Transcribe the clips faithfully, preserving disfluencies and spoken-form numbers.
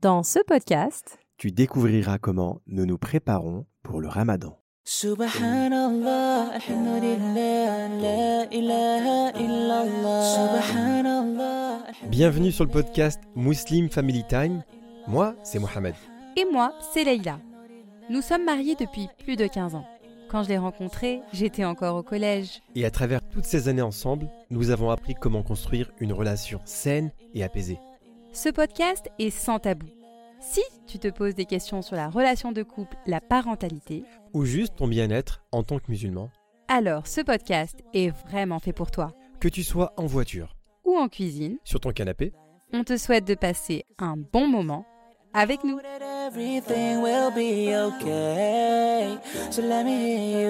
Dans ce podcast, tu découvriras comment nous nous préparons pour le Ramadan. Subhanallah, alhamdulillah, la ilaha illallah. Subhanallah. Bienvenue sur le podcast Muslim Family Time. Moi, c'est Mohamed. et moi, c'est Leïla. Nous sommes mariés depuis plus de quinze ans. Quand je l'ai rencontré, j'étais encore au collège. Et à travers toutes ces années ensemble, nous avons appris comment construire une relation saine et apaisée. Ce podcast est sans tabou. Si tu te poses des questions sur la relation de couple, la parentalité, Ou juste ton bien-être en tant que musulman. alors ce podcast est vraiment fait pour toi. Que tu sois en voiture, Ou en cuisine, sur ton canapé, on te souhaite de passer un bon moment avec nous. That everything will be okay. So let me hear you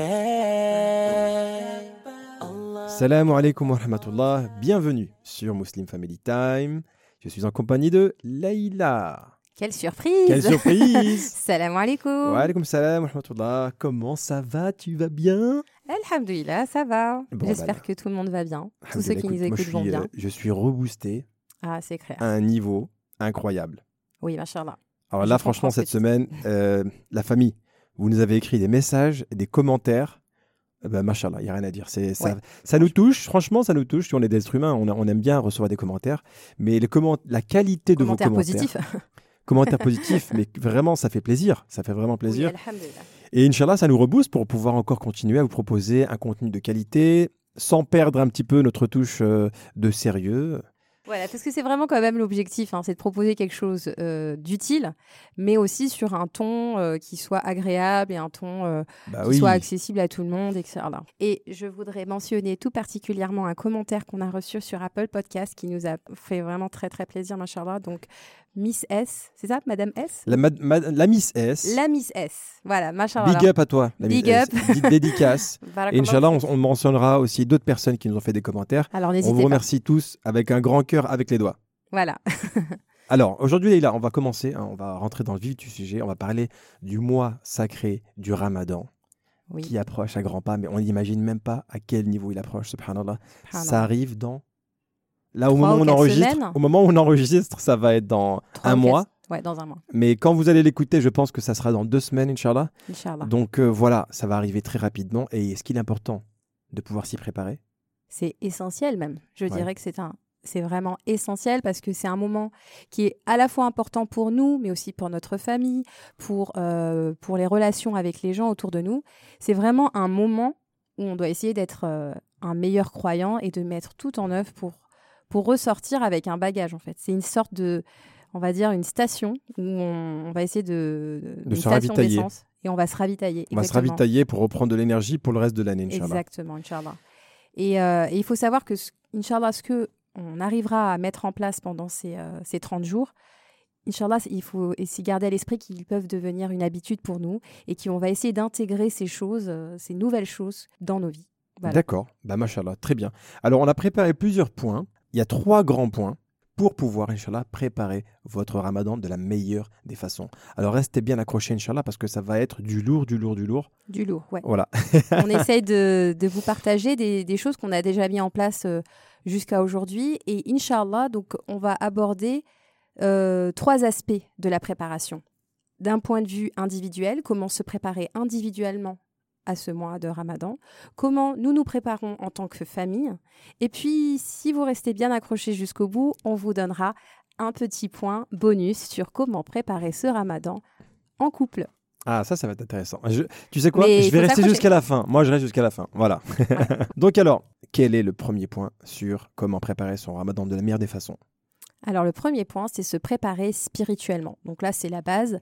say. Allah. Salam alaikum wa rahmatullah. Bienvenue sur Muslim Family Time. Je suis en compagnie de Leïla. Quelle surprise! Quelle surprise! Salam alaikum! Wa alaikum salam wa rahmatullah. Comment ça va? Tu vas bien? Alhamdulillah, ça va. Bon, J'espère voilà. que tout le monde va bien. Tous ceux qui nous Alhamdulillah, écoute, écoutent moi, vont je suis, bien. euh, Je suis reboosté Ah, c'est clair. à un niveau incroyable. Oui, machallah. Alors Je là, comprends franchement, ce que cette tu semaine, euh, la famille, vous nous avez écrit des messages, des commentaires. Euh, bah, machallah, il n'y a rien à dire. C'est, ça, Ouais. ça nous touche, franchement, ça nous touche. Si on est des êtres humains, on, a- on aime bien recevoir des commentaires. Mais les comment, la qualité de Commentaires vos commentaires. positifs. Commentaires positifs, mais vraiment, ça fait plaisir. Ça fait vraiment plaisir. Oui, alhamdulillah. Et Inch'Allah, ça nous rebooste pour pouvoir encore continuer à vous proposer un contenu de qualité, sans perdre un petit peu notre touche euh, de sérieux. Voilà, parce que c'est vraiment quand même l'objectif, hein, c'est de proposer quelque chose euh, d'utile, mais aussi sur un ton euh, qui soit agréable et un ton euh, Bah qui oui. soit accessible à tout le monde, et cetera. Et je voudrais mentionner tout particulièrement un commentaire qu'on a reçu sur Apple Podcast qui nous a fait vraiment très très plaisir, machallah. Donc Miss S, c'est ça, Madame S La, mad- mad- la Miss S. La Miss S, voilà, machallah. Big up à toi, la Big Miss up. S. Dé- Dédicace. Barakallah. Et Inch'Allah, on, on mentionnera aussi d'autres personnes qui nous ont fait des commentaires. Alors On n'hésitez vous pas. remercie tous avec un grand cœur avec les doigts. Voilà. Alors, aujourd'hui, Leïla, on va commencer, hein, on va rentrer dans le vif du sujet. On va parler du mois sacré du Ramadan Oui. qui approche à grands pas, mais on n'imagine même pas à quel niveau il approche, subhanallah. Subhanallah. Ça arrive dans... Là, au Trois moment, ou où on quatre enregistre, semaines. au moment où on enregistre, ça va être dans Trois un ou quatre- mois. Ouais, dans un mois, Mais quand vous allez l'écouter, je pense que ça sera dans deux semaines, Inch'Allah. Inch'Allah. Donc euh, voilà, ça va arriver très rapidement. Et est-ce qu'il est important de pouvoir s'y préparer? C'est essentiel même. Je Ouais. dirais que c'est un, c'est vraiment essentiel parce que c'est un moment qui est à la fois important pour nous, mais aussi pour notre famille, pour, euh, pour les relations avec les gens autour de nous. C'est vraiment un moment où on doit essayer d'être euh, un meilleur croyant et de mettre tout en œuvre pour, pour ressortir avec un bagage en fait. C'est une sorte de, on va dire, une station où on, on va essayer de... De une se station ravitailler. d'essence et on va se ravitailler. On va se exactement. ravitailler pour reprendre de l'énergie pour le reste de l'année, Inch'Allah. Exactement, Inch'Allah. Et, euh, et il faut savoir que, ce- Inch'Allah, ce qu'on arrivera à mettre en place pendant ces, euh, ces trente jours, Inch'Allah, il faut essayer de garder à l'esprit qu'ils peuvent devenir une habitude pour nous et qu'on va essayer d'intégrer ces choses, euh, ces nouvelles choses dans nos vies. Voilà. D'accord, bah machallah, très bien. Alors on a préparé plusieurs points. Il y a trois grands points pour pouvoir, Inch'Allah, préparer votre Ramadan de la meilleure des façons. Alors restez bien accrochés, Inch'Allah, parce que ça va être du lourd, du lourd, du lourd. Du lourd, ouais. Voilà. On essaye de, de vous partager des, des choses qu'on a déjà mis en place euh, jusqu'à aujourd'hui. Et Inch'Allah, donc, on va aborder euh, trois aspects de la préparation. D'un point de vue individuel, comment se préparer individuellement à ce mois de Ramadan, comment nous nous préparons en tant que famille. Et puis, si vous restez bien accrochés jusqu'au bout, on vous donnera un petit point bonus sur comment préparer ce Ramadan en couple. Ah, ça, ça va être intéressant. Je- tu sais quoi? Mais Je il vais faut rester s'accrocher. jusqu'à la fin. Moi, je reste jusqu'à la fin. Voilà. Donc alors, quel est le premier point sur comment préparer son Ramadan de la meilleure des façons? Alors, le premier point, c'est se préparer spirituellement. Donc là, c'est la base.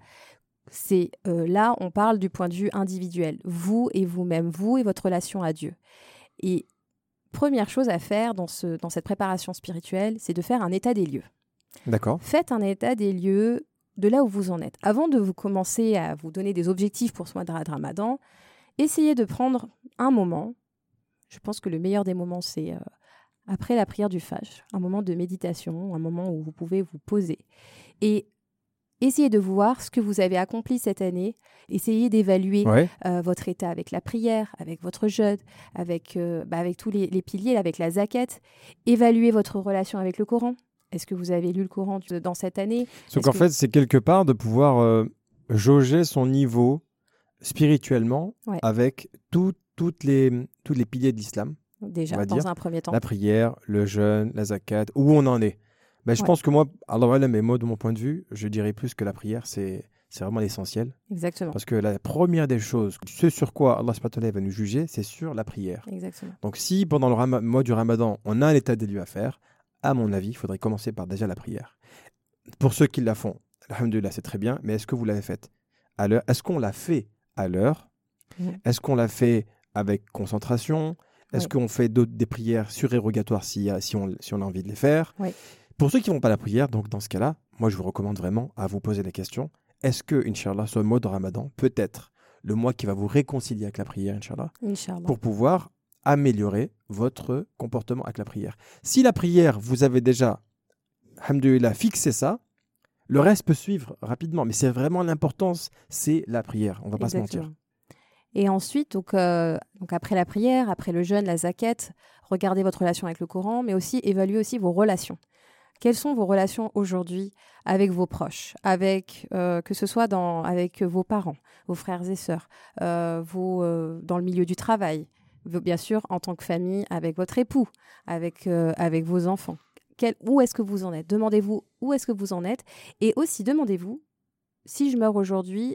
C'est euh, là, on parle du point de vue individuel. Vous et vous-même, vous et votre relation à Dieu. Et première chose à faire dans, ce, dans cette préparation spirituelle, c'est de faire un état des lieux. D'accord. Faites un état des lieux de là où vous en êtes. Avant de vous commencer à vous donner des objectifs pour ce mois de Ramadan, essayez de prendre un moment. Je pense que le meilleur des moments, c'est euh, après la prière du Fajr, un moment de méditation, un moment où vous pouvez vous poser. Et essayez de voir ce que vous avez accompli cette année. Essayez d'évaluer Ouais. euh, votre état avec la prière, avec votre jeûne, avec, euh, bah, avec tous les, les piliers, avec la zakat. Évaluez votre relation avec le Coran. Est-ce que vous avez lu le Coran dans cette année? Donc en que... fait, c'est quelque part de pouvoir euh, jauger son niveau spirituellement ouais. avec tout, toutes les, tous les piliers de l'islam. Déjà, dans dire. un premier temps. La prière, le jeûne, la zakat, où on en est. Ben, je ouais. pense que moi, alors voilà, mais moi, de mon point de vue, je dirais plus que la prière, c'est, c'est vraiment l'essentiel. Exactement. Parce que la première des choses, ce sur quoi Allah subhanahu wa ta'ala va nous juger, c'est sur la prière. Exactement. Donc si pendant le ram- mois du Ramadan, on a un état des lieux à faire, à mon avis, il faudrait commencer par déjà la prière. Pour ceux qui la font, alhamdoulilah, c'est très bien, mais est-ce que vous l'avez faite à l'heure? Est-ce qu'on l'a fait à l'heure? mmh. Est-ce qu'on l'a fait avec concentration? Est-ce oui. qu'on fait des prières surérogatoires si, si, on, si on a envie de les faire? oui. Pour ceux qui ne font pas la prière, donc dans ce cas-là, moi je vous recommande vraiment à vous poser la question, est-ce que, Inch'Allah, ce mois de Ramadan peut être le mois qui va vous réconcilier avec la prière, Inch'Allah, Inch'Allah. pour pouvoir améliorer votre comportement avec la prière. Si la prière, vous avez déjà, alhamdoulilah, fixé ça, le reste peut suivre rapidement. Mais c'est vraiment l'importance, c'est la prière. On ne va pas Exactement. se mentir. Et ensuite, donc, euh, donc après la prière, après le jeûne, la zakat, regardez votre relation avec le Coran, mais aussi évaluez aussi vos relations. Quelles sont vos relations aujourd'hui avec vos proches, avec, euh, que ce soit dans, avec vos parents, vos frères et sœurs, euh, vos, euh, dans le milieu du travail, bien sûr en tant que famille, avec votre époux, avec, euh, avec vos enfants. Quel, où est-ce que vous en êtes? Demandez-vous où est-ce que vous en êtes. Et aussi, demandez-vous, si je meurs aujourd'hui,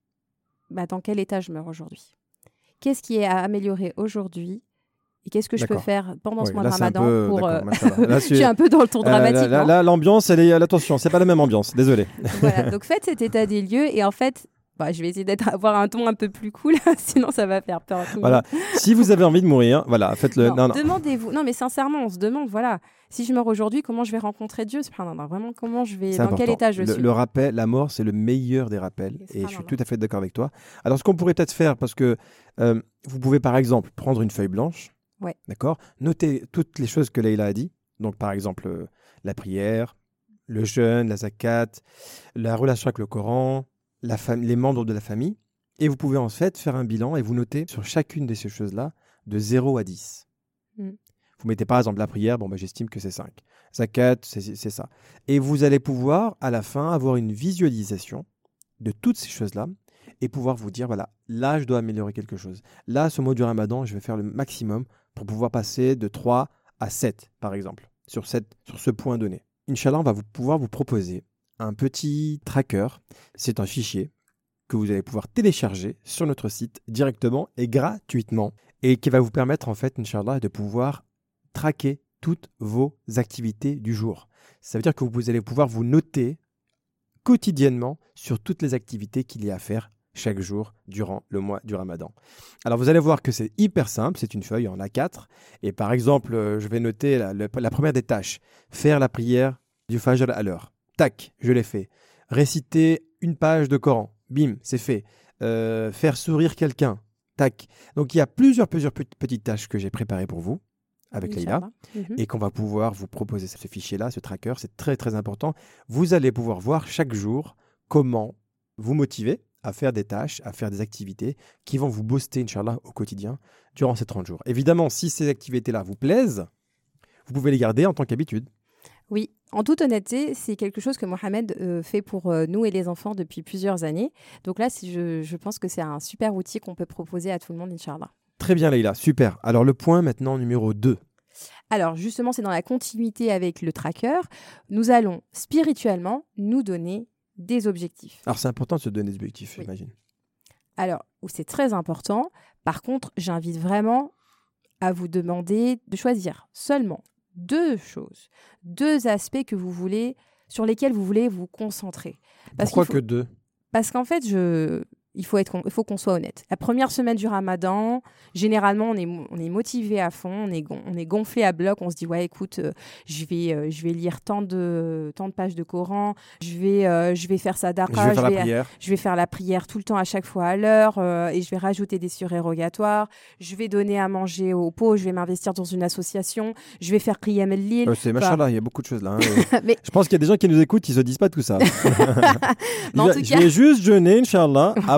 bah, dans quel état je meurs aujourd'hui? Qu'est-ce qui est à améliorer aujourd'hui? Et qu'est-ce que je d'accord. peux faire pendant oui, ce mois de Ramadan peu, pour... Euh... Là, je suis un peu dans le tour dramatique. Euh, là, là, l'ambiance, elle est... Attention, c'est pas la même ambiance, désolé. Voilà, donc faites cet état des lieux et en fait... Bah, je vais essayer d'avoir un ton un peu plus cool, sinon ça va faire peur à tout le voilà. monde. Si vous avez envie de mourir, voilà, faites-le. Non, non, non. Demandez-vous. Non, mais sincèrement, on se demande, voilà, si je meurs aujourd'hui, comment je vais rencontrer Dieu? Non, non, vraiment, comment je vais, c'est dans important. Quel état je le, suis? Le rappel, la mort, c'est le meilleur des rappels, et, et je suis tout à fait d'accord avec toi. Alors, ce qu'on pourrait peut-être faire, parce que euh, vous pouvez par exemple prendre une feuille blanche, ouais. d'accord, noter toutes les choses que Leïla a dit. Donc, par exemple, euh, la prière, le jeûne, la zakat, la relation avec le Coran. La fam- les membres de la famille, et vous pouvez en fait faire un bilan et vous notez sur chacune de ces choses-là de zéro à dix. Mm. Vous mettez par exemple la prière, bon bah, j'estime que c'est cinq. Zakat, c'est, c'est ça. Et vous allez pouvoir à la fin avoir une visualisation de toutes ces choses-là et pouvoir vous dire, voilà, là je dois améliorer quelque chose. Là, ce mois du Ramadan, je vais faire le maximum pour pouvoir passer de trois à sept, par exemple, sur, cette, sur ce point donné. Inch'Allah, on va vous, pouvoir vous proposer un petit tracker, c'est un fichier que vous allez pouvoir télécharger sur notre site directement et gratuitement et qui va vous permettre en fait, Inch'Allah, de pouvoir traquer toutes vos activités du jour. Ça veut dire que vous allez pouvoir vous noter quotidiennement sur toutes les activités qu'il y a à faire chaque jour durant le mois du Ramadan. Alors vous allez voir que c'est hyper simple, c'est une feuille en A quatre et par exemple, je vais noter la, la, la première des tâches, faire la prière du Fajr à l'heure. Tac, je l'ai fait. Réciter une page de Coran. Bim, c'est fait. Euh, faire sourire quelqu'un. Tac. Donc, il y a plusieurs, plusieurs petites tâches que j'ai préparées pour vous avec Leïla mm-hmm. et qu'on va pouvoir vous proposer ce fichier-là, ce tracker. C'est très, très important. Vous allez pouvoir voir chaque jour comment vous motiver à faire des tâches, à faire des activités qui vont vous booster, Inch'Allah, au quotidien durant ces trente jours. Évidemment, si ces activités-là vous plaisent, vous pouvez les garder en tant qu'habitude. Oui, en toute honnêteté, c'est quelque chose que Mohamed euh, fait pour euh, nous et les enfants depuis plusieurs années. Donc là, je, je pense que c'est un super outil qu'on peut proposer à tout le monde, Inch'Allah. Très bien, Leïla, super. Alors, le point maintenant numéro deux. Alors, justement, c'est dans la continuité avec le tracker. Nous allons spirituellement nous donner des objectifs. Alors, c'est important de se donner des objectifs, oui. j'imagine. Alors, c'est très important. Par contre, j'invite vraiment à vous demander de choisir seulement deux choses, deux aspects que vous voulez, sur lesquels vous voulez vous concentrer. Parce Pourquoi faut... que deux? Parce qu'en fait, je... il faut, être... il faut qu'on soit honnête. La première semaine du Ramadan, généralement, on est, on est motivé à fond, on est, gon... on est gonflé à bloc, on se dit, ouais, écoute, euh, je, vais, euh, je vais lire tant de, tant de pages de Coran, je vais, euh, je vais faire sadaqa, je vais faire je la vais, prière. Je vais faire la prière tout le temps, à chaque fois à l'heure, euh, et je vais rajouter des surérogatoires, je vais donner à manger aux pauvres, je vais m'investir dans une association, je vais faire Qiyam al-Lil. Euh, c'est machallah, il y a beaucoup de choses là. Hein, mais... Je pense qu'il y a des gens qui nous écoutent, ils ne se disent pas tout ça. je, cas... je vais juste jeûner, Inch'Allah. Après,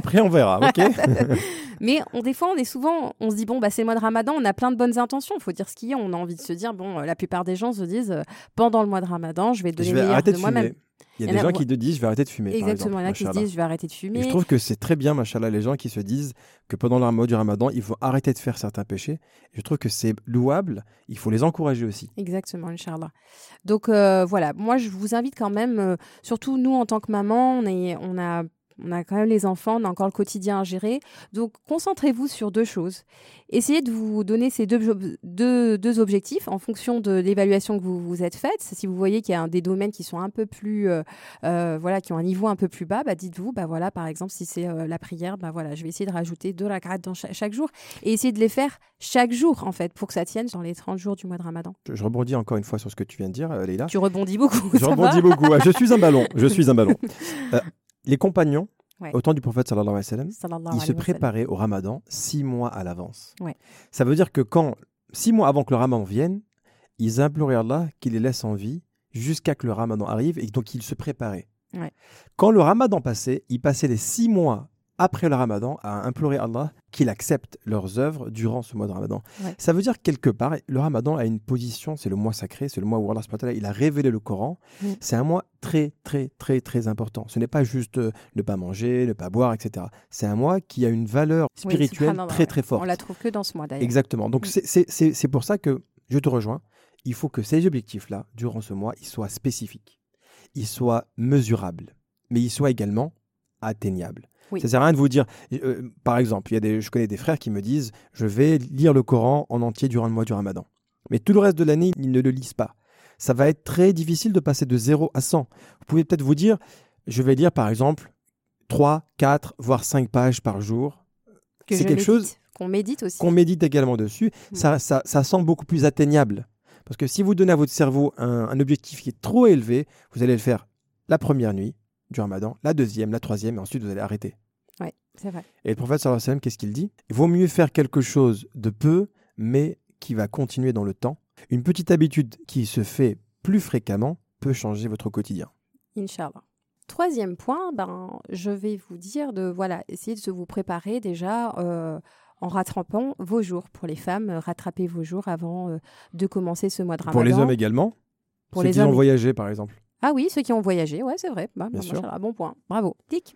après, on verra, ok. Mais on, des fois, on est souvent, on se dit, bon, bah, c'est le mois de Ramadan, on a plein de bonnes intentions. Il faut dire ce qu'il y a. On a envie de se dire, bon, euh, la plupart des gens se disent, euh, pendant le mois de Ramadan, je vais donner Je le vais meilleur arrêter de de moi-même. fumer. Il y a Il y des en a- gens qui te disent, je vais arrêter de fumer, par Exactement, exemple. il y en a qui se Machallah. disent, je vais arrêter de Et fumer. je trouve que c'est très bien, machallah, les gens qui se disent que pendant le mois du Ramadan, il faut arrêter de faire certains péchés. Je trouve que c'est louable. Il faut les encourager aussi. Exactement, Inch'Allah. Donc euh, voilà, moi je vous invite quand même, euh, surtout nous en tant que maman, on, est, on, a, on a quand même les enfants, on a encore le quotidien à gérer. Donc concentrez-vous sur deux choses. Essayez de vous donner ces deux, ob- deux, deux objectifs en fonction de l'évaluation que vous vous êtes faite. Si vous voyez qu'il y a un- des domaines qui sont un peu plus, euh, euh, voilà, qui ont un niveau un peu plus bas, bah, dites-vous, bah voilà, par exemple, si c'est euh, la prière, bah voilà, je vais essayer de rajouter deux rak'at dans cha- chaque jour et essayer de les faire chaque jour en fait pour que ça tienne dans les trente jours du mois de Ramadan. Je, je rebondis encore une fois sur ce que tu viens de dire, euh, Leïla. Tu rebondis beaucoup. Je ça rebondis va beaucoup. Ouais, je suis un ballon. Je suis un ballon. Euh, les compagnons, Ouais. au temps du prophète sallallahu alayhi wa sallam, Sallallahu ils alayhi se wa sallam. préparaient au Ramadan six mois à l'avance. Ouais. Ça veut dire que quand six mois avant que le Ramadan vienne, ils imploraient Allah qu'il les laisse en vie jusqu'à que le Ramadan arrive et donc ils se préparaient. Ouais. Quand le Ramadan passait, ils passaient les six mois après le Ramadan à implorer Allah qu'il accepte leurs œuvres durant ce mois de Ramadan. Ouais. Ça veut dire quelque part, le Ramadan a une position, c'est le mois sacré, c'est le mois où Allah subhanahu wa ta'ala, il a révélé le Coran. Mm. C'est un mois très, très, très, très important. Ce n'est pas juste euh, ne pas manger, ne pas boire, et cetera. C'est un mois qui a une valeur Oui, spirituelle subhanallah, très, ouais. très forte. On la trouve que dans ce mois d'ailleurs. Exactement. Donc, Mm. c'est- c'est c'est- c'est pour ça que je te rejoins. Il faut que ces objectifs-là, durant ce mois, ils soient spécifiques, ils soient mesurables, mais ils soient également atteignables. Oui. Ça sert à rien de vous dire, euh, par exemple, il y a des, je connais des frères qui me disent, je vais lire le Coran en entier durant le mois du Ramadan. Mais tout le reste de l'année, ils ne le lisent pas. Ça va être très difficile de passer de zéro à cent. Vous pouvez peut-être vous dire, je vais lire par exemple trois, quatre, voire cinq pages par jour. Que C'est je quelque médite, chose qu'on médite aussi. qu'on médite également dessus. Mm. Ça, ça, ça semble beaucoup plus atteignable. Parce que si vous donnez à votre cerveau un, un objectif qui est trop élevé, vous allez le faire la première nuit du Ramadan, la deuxième, la troisième, et ensuite vous allez arrêter. Oui, c'est vrai. Et le prophète sallallahu alayhi wa sallam, qu'est-ce qu'il dit? Il vaut mieux faire quelque chose de peu, mais qui va continuer dans le temps. Une petite habitude qui se fait plus fréquemment peut changer votre quotidien. Inch'Allah. Troisième point, ben, je vais vous dire de voilà, essayer de vous préparer déjà euh, en rattrapant vos jours. Pour les femmes, euh, rattrapez vos jours avant euh, de commencer ce mois de Ramadan. Pour les hommes également, Pour ceux les qui hommes. ont voyagé par exemple. Ah oui, ceux qui ont voyagé, ouais, c'est vrai. Bah, Bien bah, sûr. machallah, bon point. Bravo. Tic.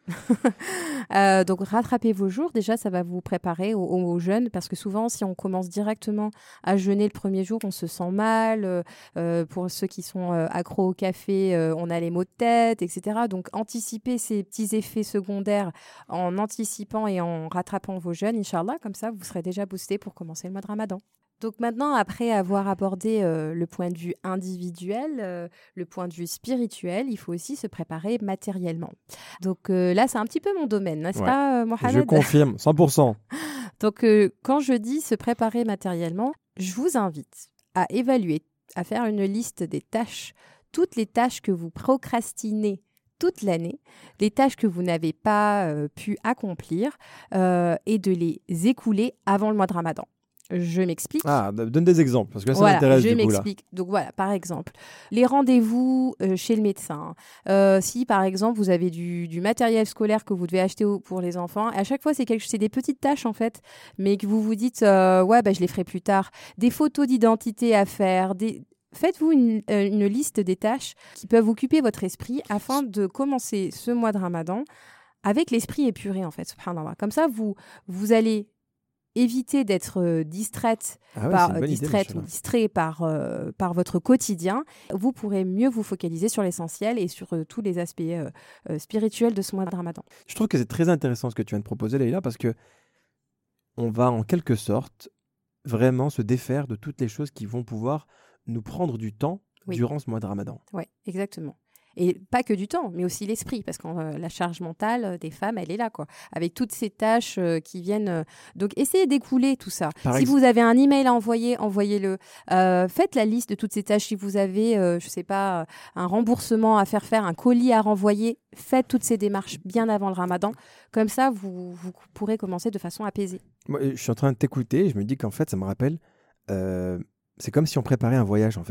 Euh, donc, rattrapez vos jours. Déjà, ça va vous préparer au, au, au jeûne parce que souvent, si on commence directement à jeûner le premier jour, on se sent mal. Euh, euh, pour ceux qui sont euh, accros au café, euh, on a les maux de tête, et cetera. Donc, anticipez ces petits effets secondaires en anticipant et en rattrapant vos jeûnes, Inch'Allah. Comme ça, vous serez déjà boosté pour commencer le mois de Ramadan. Donc maintenant, après avoir abordé euh, le point de vue individuel, euh, le point de vue spirituel, il faut aussi se préparer matériellement. Donc euh, là, c'est un petit peu mon domaine, n'est-ce Ouais. pas, euh, Je Mohamed? confirme, cent pour cent. Donc euh, quand je dis se préparer matériellement, je vous invite à évaluer, à faire une liste des tâches, toutes les tâches que vous procrastinez toute l'année, les tâches que vous n'avez pas euh, pu accomplir euh, et de les écouler avant le mois de Ramadan. Je m'explique. Ah, donne des exemples, parce que ça Voilà, m'intéresse je du coup là. m'explique. Donc voilà, par exemple, les rendez-vous euh, chez le médecin. Euh, si par exemple vous avez du, du matériel scolaire que vous devez acheter au- pour les enfants, à chaque fois c'est quelque, c'est des petites tâches en fait, mais que vous vous dites euh, ouais bah je les ferai plus tard. Des photos d'identité à faire, des Faites-vous une, euh, une liste des tâches qui peuvent occuper votre esprit afin de commencer ce mois de Ramadan avec l'esprit épuré en fait. Subhanallah. Comme ça vous vous allez éviter d'être euh, distraite, Ah ouais, par, c'est une euh, bonne idée, distraite ou machallah. distrait par, euh, par votre quotidien. Vous pourrez mieux vous focaliser sur l'essentiel et sur euh, tous les aspects euh, euh, spirituels de ce mois de Ramadan. Je trouve que c'est très intéressant ce que tu viens de proposer, Leïla, parce que on va en quelque sorte vraiment se défaire de toutes les choses qui vont pouvoir nous prendre du temps Oui. durant ce mois de Ramadan. Oui, exactement. Et pas que du temps, mais aussi l'esprit, parce que euh, la charge mentale euh, des femmes, elle est là, quoi. Avec toutes ces tâches euh, qui viennent. euh, Donc, essayez d'écouler tout ça. Par si ex- vous avez un email à envoyer, envoyez-le. Euh, faites la liste de toutes ces tâches. Si vous avez, euh, je sais pas, euh, un remboursement à faire faire, un colis à renvoyer, faites toutes ces démarches bien avant le Ramadan. Comme ça, vous, vous pourrez commencer de façon apaisée. Moi, je suis en train de t'écouter et je me dis qu'en fait, ça me rappelle, euh, c'est comme si on préparait un voyage en fait.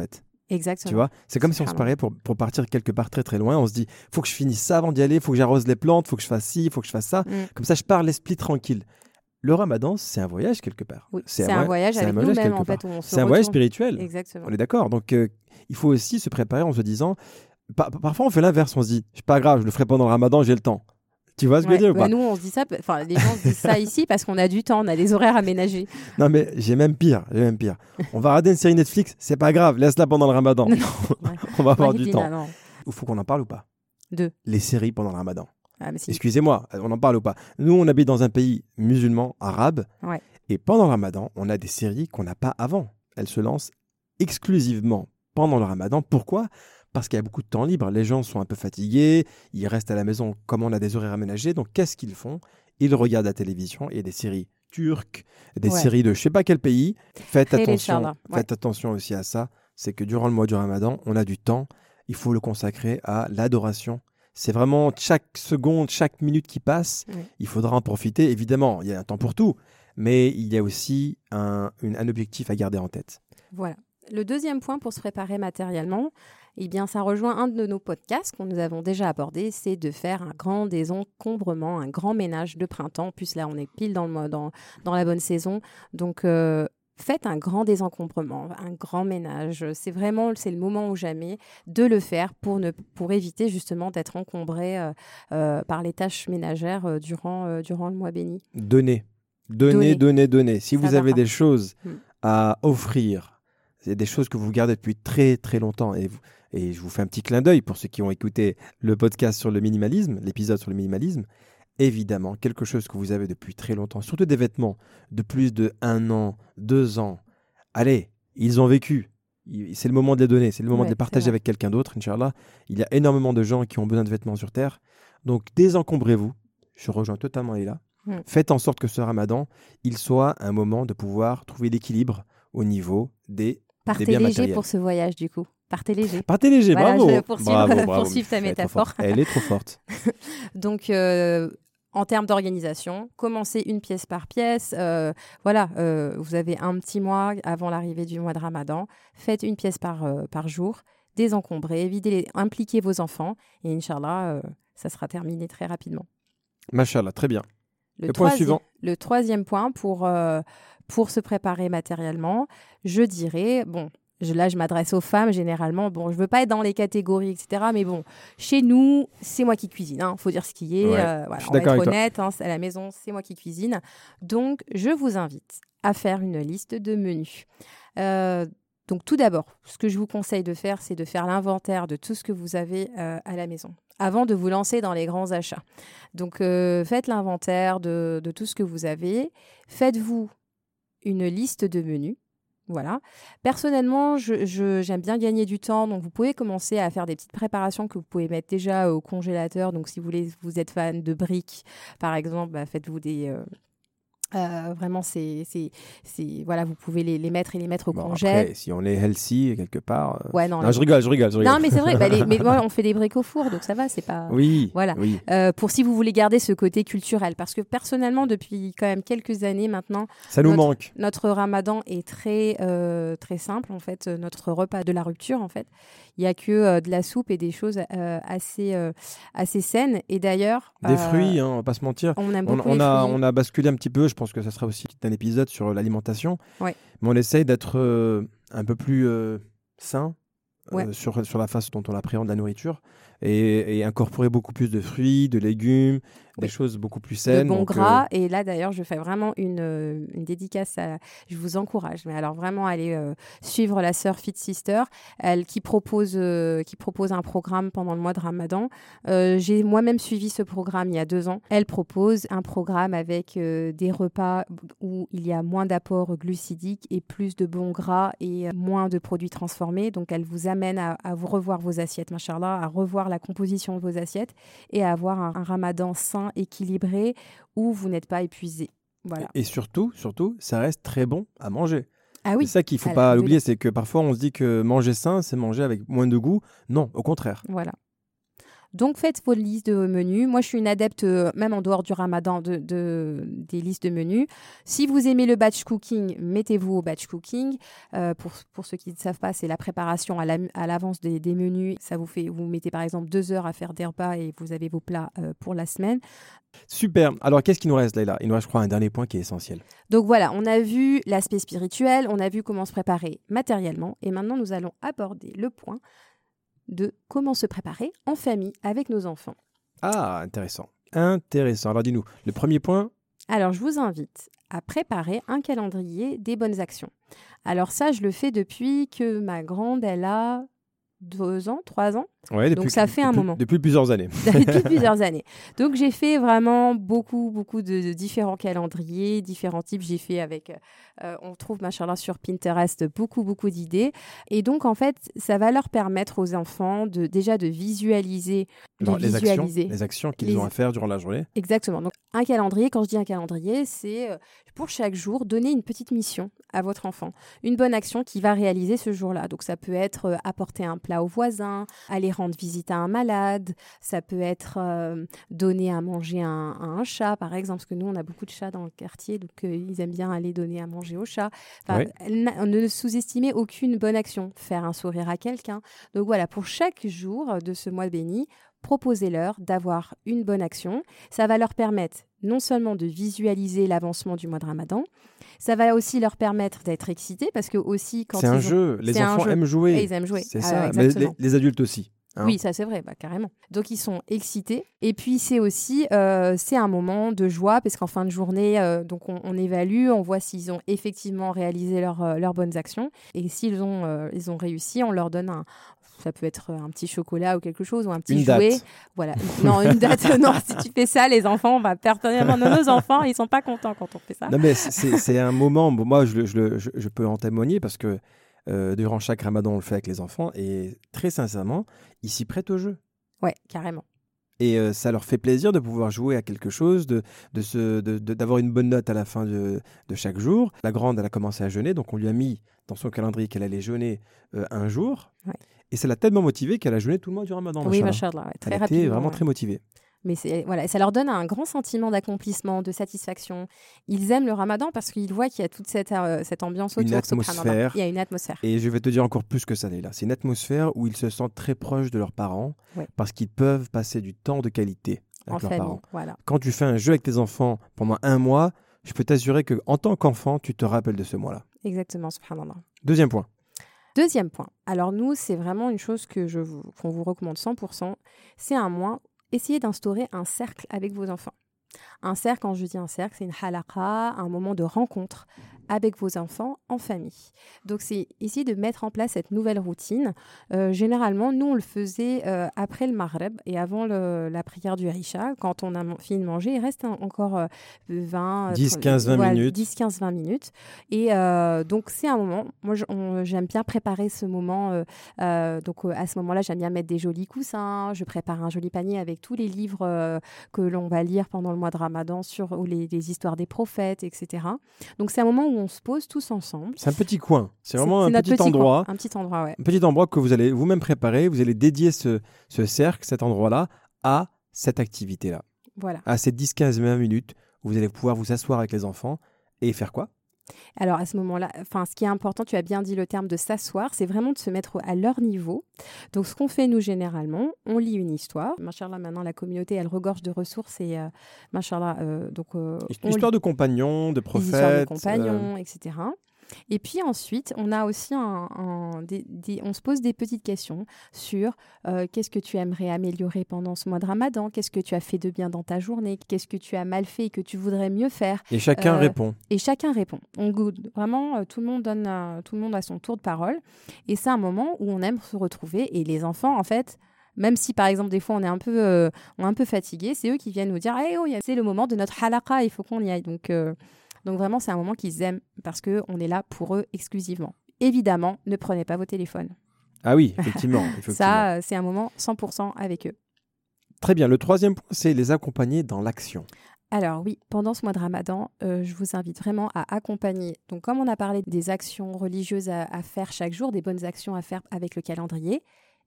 Exactement. Tu vois, c'est comme si on se parlait pour, pour partir quelque part très très loin. On se dit, faut que je finisse ça avant d'y aller, faut que j'arrose les plantes, faut que je fasse ci, faut que je fasse ça. Mm. Comme ça, je pars l'esprit tranquille. Le ramadan, c'est un voyage quelque part. Oui, c'est, c'est un voyage c'est avec un voyage nous-mêmes, en quelque fait. Où on se c'est un retourne. voyage spirituel. Exactement. On est d'accord. Donc, euh, il faut aussi se préparer en se disant, par- parfois on fait l'inverse, on se dit, c'est pas grave, je le ferai pendant le ramadan, j'ai le temps. Tu vois ce que Ouais, je veux dire ou bah pas? nous, on se dit ça, enfin, les gens se disent ça ici parce qu'on a du temps, on a des horaires aménagés. Non, mais j'ai même pire, j'ai même pire. On va regarder une série Netflix, c'est pas grave, laisse-la pendant le ramadan. Non, On va avoir Moi, du Hidina, temps. non. Il faut qu'on en parle ou pas? Deux. Les séries pendant le ramadan. Ah, mais si. Excusez-moi, on en parle ou pas? Nous, on habite dans un pays musulman, arabe, Ouais. et pendant le ramadan, on a des séries qu'on n'a pas avant. Elles se lancent exclusivement pendant le ramadan. Pourquoi? Parce qu'il y a beaucoup de temps libre. Les gens sont un peu fatigués, ils restent à la maison comme on a des horaires aménagés. Donc, qu'est-ce qu'ils font? Ils regardent la télévision et des séries turques, des Ouais. séries de je sais pas quel pays. Faites Très attention, Inch'Allah, ouais. faites attention aussi à ça. C'est que durant le mois du ramadan, on a du temps. Il faut le consacrer à l'adoration. C'est vraiment chaque seconde, chaque minute qui passe, Ouais. il faudra en profiter. Évidemment, il y a un temps pour tout, mais il y a aussi un, une- un objectif à garder en tête. Voilà. Le deuxième point pour se préparer matériellement, eh bien, ça rejoint un de nos podcasts qu'on nous avons déjà abordé, c'est de faire un grand désencombrement, un grand ménage de printemps. En plus, là, on est pile dans, le, mo- dans, dans la bonne saison. Donc, euh, faites un grand désencombrement, un grand ménage. C'est vraiment c'est le moment ou jamais de le faire pour, ne, pour éviter justement d'être encombré euh, euh, par les tâches ménagères euh, durant, euh, durant le mois béni. Donnez, donnez, Donnez. donnez, donnez. Si Ça vous va avez pas. des choses Hmm. à offrir, c'est des choses que vous gardez depuis très très longtemps, et, vous- et je vous fais un petit clin d'œil pour ceux qui ont écouté le podcast sur le minimalisme, l'épisode sur le minimalisme. Évidemment, quelque chose que vous avez depuis très longtemps, surtout des vêtements de plus de un an, deux ans. Allez, ils ont vécu. Il- C'est le moment de les donner, c'est le moment Ouais, de les c'est partager vrai. avec quelqu'un d'autre, Inch'Allah. Il y a énormément de gens qui ont besoin de vêtements sur Terre. Donc, désencombrez-vous. Je rejoins totalement Leïla. Mm. Faites en sorte que ce ramadan, il soit un moment de pouvoir trouver l'équilibre au niveau des, des Partez biens léger matériels. pour ce voyage, du coup. Partez léger. Partez léger, Voilà, bravo. je vais poursuivre- bravo, bravo. poursuivre ta Elle est trop métaphore. forte. Elle est trop forte. Donc, euh, en termes d'organisation, commencez une pièce par pièce. Euh, voilà, euh, vous avez un petit mois avant l'arrivée du mois de Ramadan. Faites une pièce par, euh, par jour. Désencombrez, videz les, impliquez vos enfants. Et Inch'Allah, euh, ça sera terminé très rapidement. Machallah, très bien. Le, Le point troisi- suivant. Le troisième point pour, euh, pour se préparer matériellement, je dirais, bon, je, là je m'adresse aux femmes généralement, bon, je veux pas être dans les catégories, et cetera. Mais bon, chez nous, c'est moi qui cuisine, il faut dire ce qui est. Ouais, euh, voilà, je suis on va d'accord être avec toi. honnête, hein, c'est à la maison, c'est moi qui cuisine. Donc, je vous invite à faire une liste de menus. Euh, donc, tout d'abord, ce que je vous conseille de faire, c'est de faire l'inventaire de tout ce que vous avez euh, à la maison avant de vous lancer dans les grands achats. Donc, euh, faites l'inventaire de, de tout ce que vous avez. Faites-vous une liste de menus. Voilà. Personnellement, je, je- j'aime bien gagner du temps. Donc, vous pouvez commencer à faire des petites préparations que vous pouvez mettre déjà au congélateur. Donc, si vous, voulez, vous êtes fan de briques, par exemple, bah, faites-vous des... euh, euh, vraiment, c'est, c'est, c'est, voilà, vous pouvez les, les mettre et les mettre au Bon, congèle. après, si on est healthy quelque part. euh, Ouais, non, Non, les- je rigole, je rigole, je rigole. non, mais c'est vrai. Bah, les- mais moi, on fait des briques au four, donc ça va, c'est pas. Oui, Voilà. oui. Euh, pour si vous voulez garder ce côté culturel, parce que personnellement, depuis quand même quelques années maintenant, Ça nous notre- manque. notre Ramadan est très euh, très simple en fait. Euh, Notre repas de la rupture en fait, il y a que euh, de la soupe et des choses euh, assez euh, assez saines. Et d'ailleurs, Des euh, fruits, hein, on va pas se mentir. on aime On, beaucoup on les a, fruits. on a basculé un petit peu, je pense que ça sera aussi un épisode sur l'alimentation. Ouais. Mais on essaye d'être euh, un peu plus euh, sain euh, Ouais. sur, sur la façon dont on appréhende la nourriture et, et incorporer beaucoup plus de fruits, de légumes, des Oui. choses beaucoup plus De saines. bon donc, euh, gras. Et là, d'ailleurs, je fais vraiment une, euh, une dédicace. À, je vous encourage. Mais alors, vraiment, allez euh, suivre la sœur Fit Sister, elle qui propose, euh, qui propose un programme pendant le mois de Ramadan. Euh, j'ai moi-même suivi ce programme il y a deux ans. Elle propose un programme avec euh, des repas où il y a moins d'apports glucidiques et plus de bons gras et euh, moins de produits transformés. Donc, elle vous amène à, à vous revoir vos assiettes, machallah, à revoir la composition de vos assiettes et à avoir un, un Ramadan sain, équilibré, où vous n'êtes pas épuisé. Voilà. Et surtout, surtout, ça reste très bon à manger. Ah oui, C'est ça qu'il faut pas Alhamdoulilah. oublier, c'est que parfois on se dit que manger sain, c'est manger avec moins de goût. Non, au contraire. voilà. Donc, faites vos listes de menus. Moi, je suis une adepte, euh, même en dehors du ramadan, de, de, des listes de menus. Si vous aimez le batch cooking, mettez-vous au batch cooking. Euh, pour, pour ceux qui ne savent pas, c'est la préparation à, la, à l'avance des, des menus. Ça vous fait, vous mettez par exemple deux heures à faire des repas et vous avez vos plats euh, pour la semaine. Super. Alors, qu'est-ce qu'il nous reste, Leïla? Il nous reste, je crois, un dernier point qui est essentiel. Donc voilà, on a vu l'aspect spirituel, on a vu comment se préparer matériellement. Et maintenant, nous allons aborder le point de comment se préparer en famille avec nos enfants. Ah, intéressant. Intéressant. Alors, dis-nous, le premier point. Alors, je vous invite à préparer un calendrier des bonnes actions. Alors ça, je le fais depuis que ma grande, elle a deux ans, trois ans. Ouais, depuis, Donc ça fait depuis, un moment. Depuis plusieurs années. Depuis plusieurs années. Donc j'ai fait vraiment beaucoup, beaucoup de, de différents calendriers, différents types. J'ai fait avec, euh, on trouve, machallah, sur Pinterest, beaucoup, beaucoup d'idées. Et donc en fait, ça va leur permettre aux enfants de déjà de visualiser, de Alors, les visualiser. actions, les actions qu'ils Les- ont à faire durant la journée. Exactement. Donc un calendrier, quand je dis un calendrier, c'est euh, pour chaque jour donner une petite mission à votre enfant, une bonne action qu'il va réaliser ce jour-là. Donc ça peut être euh, apporter un plat au voisin, aller rendre visite à un malade, ça peut être euh, donner à manger un, à un chat, par exemple, parce que nous, on a beaucoup de chats dans le quartier, donc euh, ils aiment bien aller donner à manger aux chats. Enfin, Oui. na- ne sous-estimez aucune bonne action, faire un sourire à quelqu'un. Donc voilà, pour chaque jour de ce mois béni, proposez-leur d'avoir une bonne action. Ça va leur permettre non seulement de visualiser l'avancement du mois de Ramadan, ça va aussi leur permettre d'être excités parce que aussi quand C'est ils un ont- jeu. Les c'est un enfants jeu. aiment jouer. Et ils aiment jouer. C'est Ah, ça. Mais les, exactement. les adultes aussi. hein. Oui, ça c'est vrai, bah, carrément. Donc ils sont excités. Et puis c'est aussi, euh, c'est un moment de joie parce qu'en fin de journée, euh, donc on, on évalue, on voit s'ils ont effectivement réalisé leur, euh, leurs bonnes actions. Et s'ils ont, euh, ils ont réussi, on leur donne un, ça peut être un petit chocolat ou quelque chose ou un petit Une jouet. date. Voilà. Non, une date. Non, si tu fais ça, les enfants, on va perdre nos enfants. Ils sont pas contents quand on fait ça. Non, mais c'est c'est un moment. Bon, moi, je, le- je, le- je, je peux en témoigner parce que euh, durant chaque ramadan, on le fait avec les enfants. Et très sincèrement, ils s'y prêtent au jeu. Ouais, carrément. Et euh, ça leur fait plaisir de pouvoir jouer à quelque chose, de, de se, de, de- d'avoir une bonne note à la fin de, de chaque jour. La grande, elle a commencé à jeûner, donc on lui a mis dans son calendrier qu'elle allait jeûner euh, un jour. Ouais. Et ça l'a tellement motivée qu'elle a jeûné tout le mois du ramadan. Oui, machallah. machallah, ouais, très Elle était rapidement. vraiment ouais. très motivée. Mais c'est, voilà, et ça leur donne un grand sentiment d'accomplissement, de satisfaction. Ils aiment le ramadan parce qu'ils voient qu'il y a toute cette, euh, cette ambiance Une autour. atmosphère. subhanallah. Il y a une atmosphère. Et je vais te dire encore plus que ça, Leïla. C'est une atmosphère où ils se sentent très proches de leurs parents Ouais. parce qu'ils peuvent passer du temps de qualité avec En leurs famille, parents. voilà. Quand tu fais un jeu avec tes enfants pendant un mois, je peux t'assurer qu'en tant qu'enfant, tu te rappelles de ce mois-là. Exactement, subhanallah. Deuxième point. Deuxième point. Alors nous, c'est vraiment une chose que je vous, qu'on vous recommande cent pour cent. C'est un mois, essayez d'instaurer un cercle avec vos enfants. Un cercle, quand je dis un cercle, c'est une halaqa, un moment de rencontre avec vos enfants en famille. Donc, c'est essayer de mettre en place cette nouvelle routine. Euh, généralement, nous, on le faisait euh, après le Maghreb et avant le- la prière du Isha. Quand on a man- fini de manger, il reste un- encore euh, vingt, dix, quinze, vingt voilà, minutes. dix, quinze, vingt minutes. Et euh, donc, c'est un moment. Moi, je- on- j'aime bien préparer ce moment. euh, euh, donc, euh, à ce moment-là, j'aime bien mettre des jolis coussins. Je prépare un joli panier avec tous les livres euh, que l'on va lire pendant le mois de Ramadan sur ou les, les histoires des prophètes, et cetera. Donc, c'est un moment où on se pose tous ensemble. C'est un petit coin. C'est vraiment C'est un notre petit, endroit. coin. Un petit endroit, ouais. Un petit endroit que vous allez vous-même préparer. Vous allez dédier ce, ce cercle, cet endroit-là, à cette activité-là. Voilà. À ces dix, quinze, vingt minutes où vous allez pouvoir vous asseoir avec les enfants et faire quoi? Alors, à ce moment-là, enfin, ce qui est important, tu as bien dit le terme de s'asseoir, c'est vraiment de se mettre à leur niveau. Donc, ce qu'on fait, nous, généralement, on lit une histoire. Machallah, maintenant, la communauté, elle regorge de ressources et, euh, machallah, euh, donc... euh, on Histoire lit de compagnons, de des histoires de prophètes. compagnons, et cetera. Et puis ensuite, on a aussi un, un- des, des- on se pose des petites questions sur euh, qu'est-ce que tu aimerais améliorer pendant ce mois de Ramadan, qu'est-ce que tu as fait de bien dans ta journée, qu'est-ce que tu as mal fait et que tu voudrais mieux faire. Et chacun Euh, répond. Et chacun répond. On goûte. Vraiment, euh, tout le monde donne, euh, tout le monde a son tour de parole. Et c'est un moment où on aime se retrouver. Et les enfants, en fait, même si par exemple des fois on est un peu, euh, on est un peu fatigué, c'est eux qui viennent nous dire, hey, oh, y a- c'est le moment de notre halaqa, il faut qu'on y aille. Donc, euh, donc vraiment, c'est un moment qu'ils aiment parce que on est là pour eux exclusivement. Évidemment, ne prenez pas vos téléphones. Ah oui, effectivement. effectivement. Ça, euh, c'est un moment cent pour cent avec eux. Très bien. Le troisième point, c'est les accompagner dans l'action. Alors oui, pendant ce mois de Ramadan, euh, je vous invite vraiment à accompagner. Donc comme on a parlé des actions religieuses à, à faire chaque jour, des bonnes actions à faire avec le calendrier,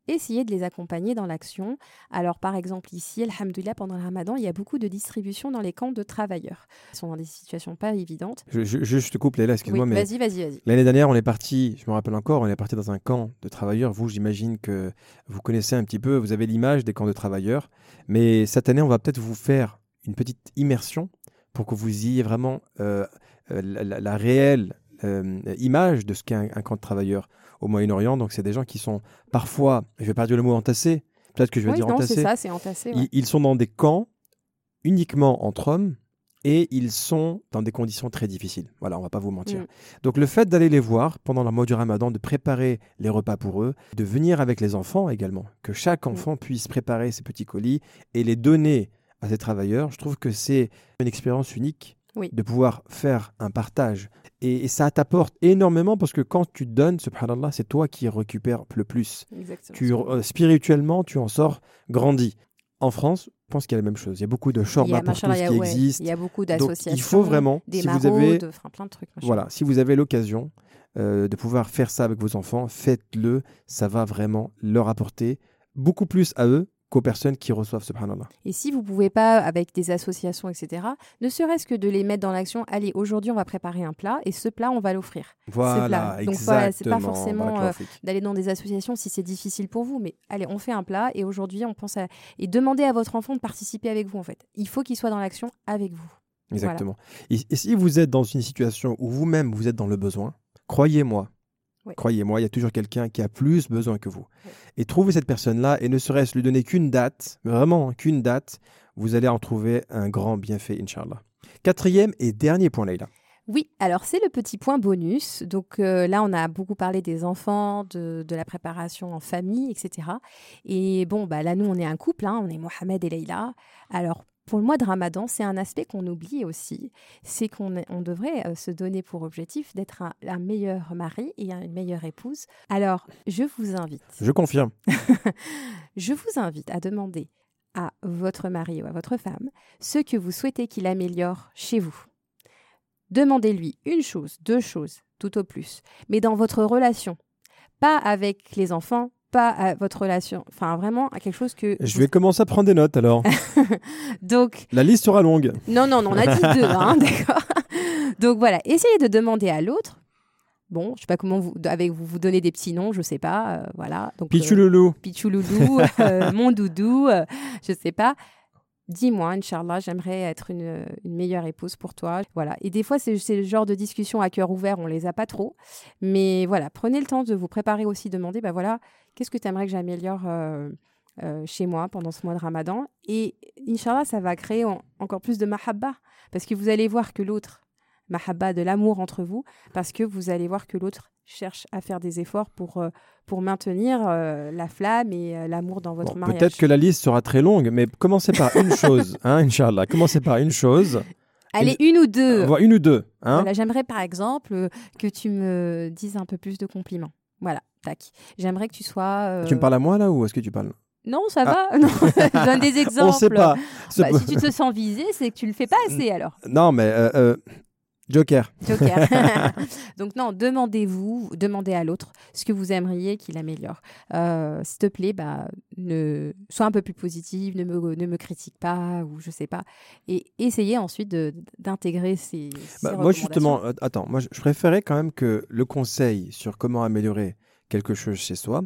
essayez de les accompagner dans l'action. Alors, par exemple, ici, alhamdoulilah, pendant le ramadan, il y a beaucoup de distribution dans les camps de travailleurs. Ils sont dans des situations pas évidentes. Je, je, je te coupe, Leïla, excuse-moi, oui, mais vas-y, vas-y, vas-y. l'année dernière, on est parti, je me rappelle encore, on est parti dans un camp de travailleurs. Vous, j'imagine que vous connaissez un petit peu, vous avez l'image des camps de travailleurs. Mais cette année, on va peut-être vous faire une petite immersion pour que vous ayez vraiment euh, euh, la, la, la réelle euh, image de ce qu'est un, un camp de travailleurs au Moyen-Orient. Donc, c'est des gens qui sont parfois, je vais pas dire le mot entassé, peut-être que je vais oui, dire non, entassé. c'est ça, c'est entassé. Ouais. Ils, ils sont dans des camps uniquement entre hommes et ils sont dans des conditions très difficiles. Voilà, on va pas vous mentir. Mm. Donc, le fait d'aller les voir pendant le mois du Ramadan, de préparer les repas pour eux, de venir avec les enfants également, que chaque enfant mm. puisse préparer ses petits colis et les donner à ces travailleurs, je trouve que c'est une expérience unique. Oui. De pouvoir faire un partage. Et, et ça t'apporte énormément parce que quand tu donnes, subhanallah, c'est toi qui récupères le plus. Tu, euh, spirituellement, tu en sors grandi. En France, je pense qu'il y a la même chose. Il y a beaucoup de shorba pour tous qui ouais, existent. Il y a beaucoup d'associations. Donc, il faut vraiment, des si maraudes, vous avez, enfin, plein de trucs. Voilà, si vous avez l'occasion euh, de pouvoir faire ça avec vos enfants, faites-le. Ça va vraiment leur apporter beaucoup plus à eux qu'aux personnes qui reçoivent, subhanallah. Et si vous ne pouvez pas, avec des associations, et cetera, ne serait-ce que de les mettre dans l'action, allez, aujourd'hui, on va préparer un plat, et ce plat, on va l'offrir. Voilà, Donc, exactement. voilà, c'est pas forcément euh, d'aller dans des associations si c'est difficile pour vous, mais allez, on fait un plat, et aujourd'hui, on pense à... Et demandez à votre enfant de participer avec vous, en fait. Il faut qu'il soit dans l'action avec vous. Exactement. Voilà. Et, et si vous êtes dans une situation où vous-même, vous êtes dans le besoin, croyez-moi, Oui. Croyez-moi, il y a toujours quelqu'un qui a plus besoin que vous. Oui. Et trouvez cette personne-là et ne serait-ce lui donner qu'une date, vraiment qu'une date, vous allez en trouver un grand bienfait, Inch'Allah. Quatrième et dernier point, Leïla. Oui, alors c'est le petit point bonus. Donc euh, là, on a beaucoup parlé des enfants, de, de la préparation en famille, et cetera. Et bon, bah, là, nous, on est un couple, hein, on est Mohamed et Leïla. Alors, pour le mois de Ramadan, c'est un aspect qu'on oublie aussi. C'est qu'on on devrait euh, se donner pour objectif d'être un, un meilleur mari et une meilleure épouse. Alors, je vous invite. Je confirme. Je vous invite à demander à votre mari ou à votre femme ce que vous souhaitez qu'il améliore chez vous. Demandez-lui une chose, deux choses, tout au plus. Mais dans votre relation, pas avec les enfants, pas à votre relation, enfin vraiment à quelque chose que... Je vais commencer à prendre des notes alors. Donc... La liste sera longue. Non, non, non, on a dit deux, hein, d'accord. Donc voilà, essayez de demander à l'autre. Bon, je sais pas comment vous, avec vous, vous donnez des petits noms, je sais pas, euh, voilà. Donc, Pichouloulou. Euh, Pichouloulou, euh, mon doudou, euh, je sais pas. Dis-moi, Inch'Allah, j'aimerais être une, une meilleure épouse pour toi. Voilà. Et des fois, c'est, c'est le genre de discussion à cœur ouvert, on les a pas trop. Mais voilà, prenez le temps de vous préparer aussi, demander, bah voilà, qu'est-ce que tu aimerais que j'améliore euh, euh, chez moi pendant ce mois de Ramadan. Et Inch'Allah, ça va créer en, encore plus de mahabba, parce que vous allez voir que l'autre, mahabba, de l'amour entre vous, parce que vous allez voir que l'autre cherche à faire des efforts pour, euh, pour maintenir euh, la flamme et euh, l'amour dans votre bon, mariage. Peut-être que la liste sera très longue, mais commencez par une chose, hein, Inch'Allah. Commencez par une chose. Allez, une, une ou deux. Euh, une ou deux. Hein. Voilà, j'aimerais par exemple euh, que tu me dises un peu plus de compliments. Voilà, tac. J'aimerais que tu sois... Euh... Tu me parles à moi là ou est-ce que tu parles ? Non, ça ah. va. Non, je donne des exemples. On sait pas. Bah, si tu te sens visé, c'est que tu le fais pas assez alors. Non, mais... Euh, euh... Joker. Joker. Donc non, demandez-vous, demandez à l'autre ce que vous aimeriez qu'il améliore. Euh, s'il te plaît, bah, ne, sois un peu plus positive, ne me, ne me critique pas ou je sais pas. Et essayez ensuite de, d'intégrer ces, ces bah, Moi justement, euh, attends, moi je, je préférais quand même que le conseil sur comment améliorer quelque chose chez soi,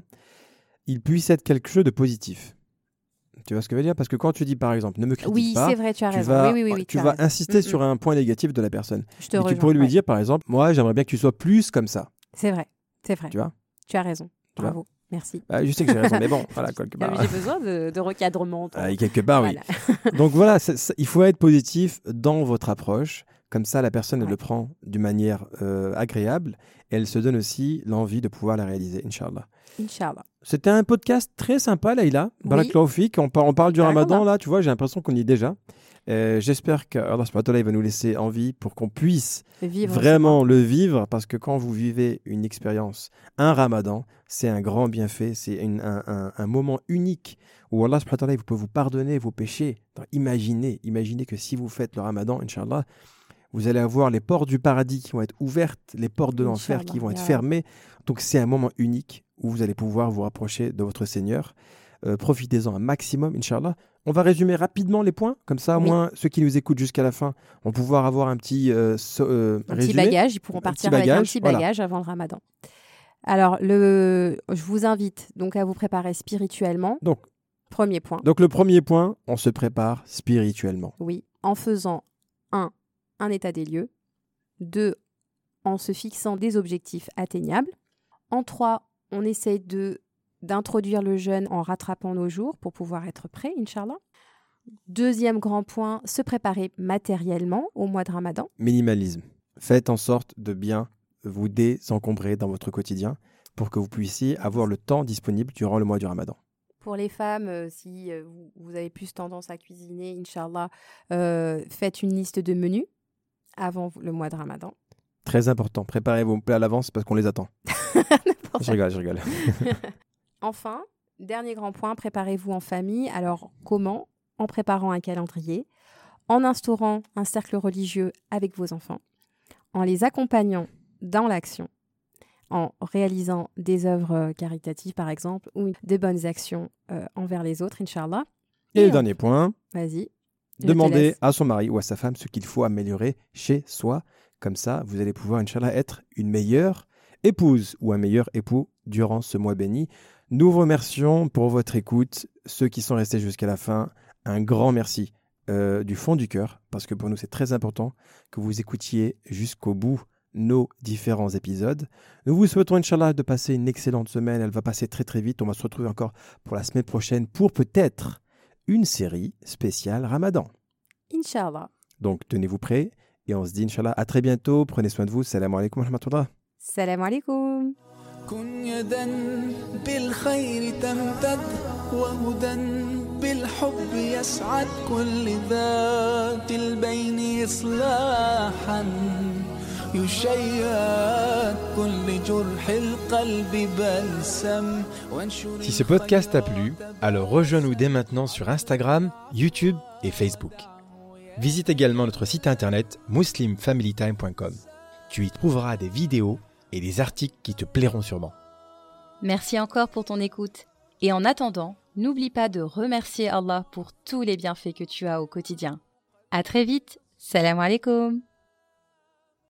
il puisse être quelque chose de positif. Tu vois ce que je veux dire ? Parce que quand tu dis, par exemple, ne me critique oui, pas, c'est vrai, tu as tu raison. vas, oui, oui, oui, tu tu vas raison. insister mm-hmm. sur un point négatif de la personne. Je te Et rejoins, tu pourrais lui ouais. dire, par exemple, moi, j'aimerais bien que tu sois plus comme ça. C'est vrai, c'est vrai. Tu vois ? Tu as raison. Tu Bravo. vois ? Merci. Bah, je sais que j'ai raison, mais bon, voilà, quelque part. J'ai besoin de, de recadrement. Ah, quelque part, voilà. oui. Donc voilà, c'est, c'est, il faut être positif dans votre approche. Comme ça, la personne, elle ouais. le prend d'une manière euh, agréable et elle se donne aussi l'envie de pouvoir la réaliser, Inch'Allah. Inch'Allah. C'était un podcast très sympa, Leïla. Oui. Barakallahu fik. On, par, on parle du Barakallah. Ramadan, là, tu vois, j'ai l'impression qu'on y est déjà. Euh, j'espère qu'Allah subhanahu wa ta'ala va nous laisser en vie pour qu'on puisse vivre vraiment le vivre, parce que quand vous vivez une expérience, un Ramadan, c'est un grand bienfait, c'est une, un, un, un moment unique où Allah subhanahu wa ta'ala peut vous pardonner vos péchés. Donc, imaginez, imaginez que si vous faites le Ramadan, Inch'Allah, vous allez avoir les portes du paradis qui vont être ouvertes, les portes de l'enfer qui vont être fermées. Donc c'est un moment unique. où vous allez pouvoir vous rapprocher de votre Seigneur. Euh, profitez-en un maximum, Inch'Allah. On va résumer rapidement les points, comme ça, au Oui. moins, ceux qui nous écoutent jusqu'à la fin vont pouvoir avoir un petit euh, so- euh, Un résumé. petit bagage, ils pourront Un partir petit avec un bagage, petit voilà. bagage avant le ramadan. Alors, le... je vous invite donc à vous préparer spirituellement. Donc, Premier point. donc, le premier point, on se prépare spirituellement. Oui, en faisant un, un état des lieux. Deux, en se fixant des objectifs atteignables. En trois, on essaie de d'introduire le jeûne en rattrapant nos jours pour pouvoir être prêt, Inch'Allah. Deuxième grand point, se préparer matériellement au mois de Ramadan. Minimalisme. Faites en sorte de bien vous désencombrer dans votre quotidien pour que vous puissiez avoir le temps disponible durant le mois du Ramadan. Pour les femmes, euh, si euh, vous, vous avez plus tendance à cuisiner, Inch'Allah, euh, faites une liste de menus avant le mois de Ramadan. Très important, préparez vos plats à l'avance parce qu'on les attend. Je rigole, je rigole. Enfin, dernier grand point, préparez-vous en famille. Alors, comment ? En préparant un calendrier, en instaurant un cercle religieux avec vos enfants, en les accompagnant dans l'action, en réalisant des œuvres caritatives, par exemple, ou des bonnes actions euh, envers les autres, Inch'Allah. Et, Et le on- dernier point, Vas-y. je te demandez laisse. à son mari ou à sa femme ce qu'il faut améliorer chez soi. Comme ça, vous allez pouvoir, Inch'Allah, être une meilleure épouse ou un meilleur époux durant ce mois béni. Nous vous remercions pour votre écoute. Ceux qui sont restés jusqu'à la fin, un grand merci euh, du fond du cœur, parce que pour nous, c'est très important que vous écoutiez jusqu'au bout nos différents épisodes. Nous vous souhaitons, Inch'Allah, de passer une excellente semaine. Elle va passer très très vite. On va se retrouver encore pour la semaine prochaine pour peut-être une série spéciale Ramadan. Inch'Allah. Donc, tenez-vous prêts et on se dit, Inch'Allah, à très bientôt. Prenez soin de vous. Salam alaikum wa rahmatullah. Salam alaikum. كن يدا بالخير تمتد وهدى بالحب يسعد كل ذات البين إصلاحا يشيد كل جرح القلب بلسم وانشر Si ce podcast t'a plu, alors rejoins-nous dès maintenant sur Instagram, YouTube et Facebook. Visite également notre site internet muslim family time point com. Tu y trouveras des vidéos et des articles qui te plairont sûrement. Merci encore pour ton écoute. Et en attendant, n'oublie pas de remercier Allah pour tous les bienfaits que tu as au quotidien. À très vite. Salam alaikum.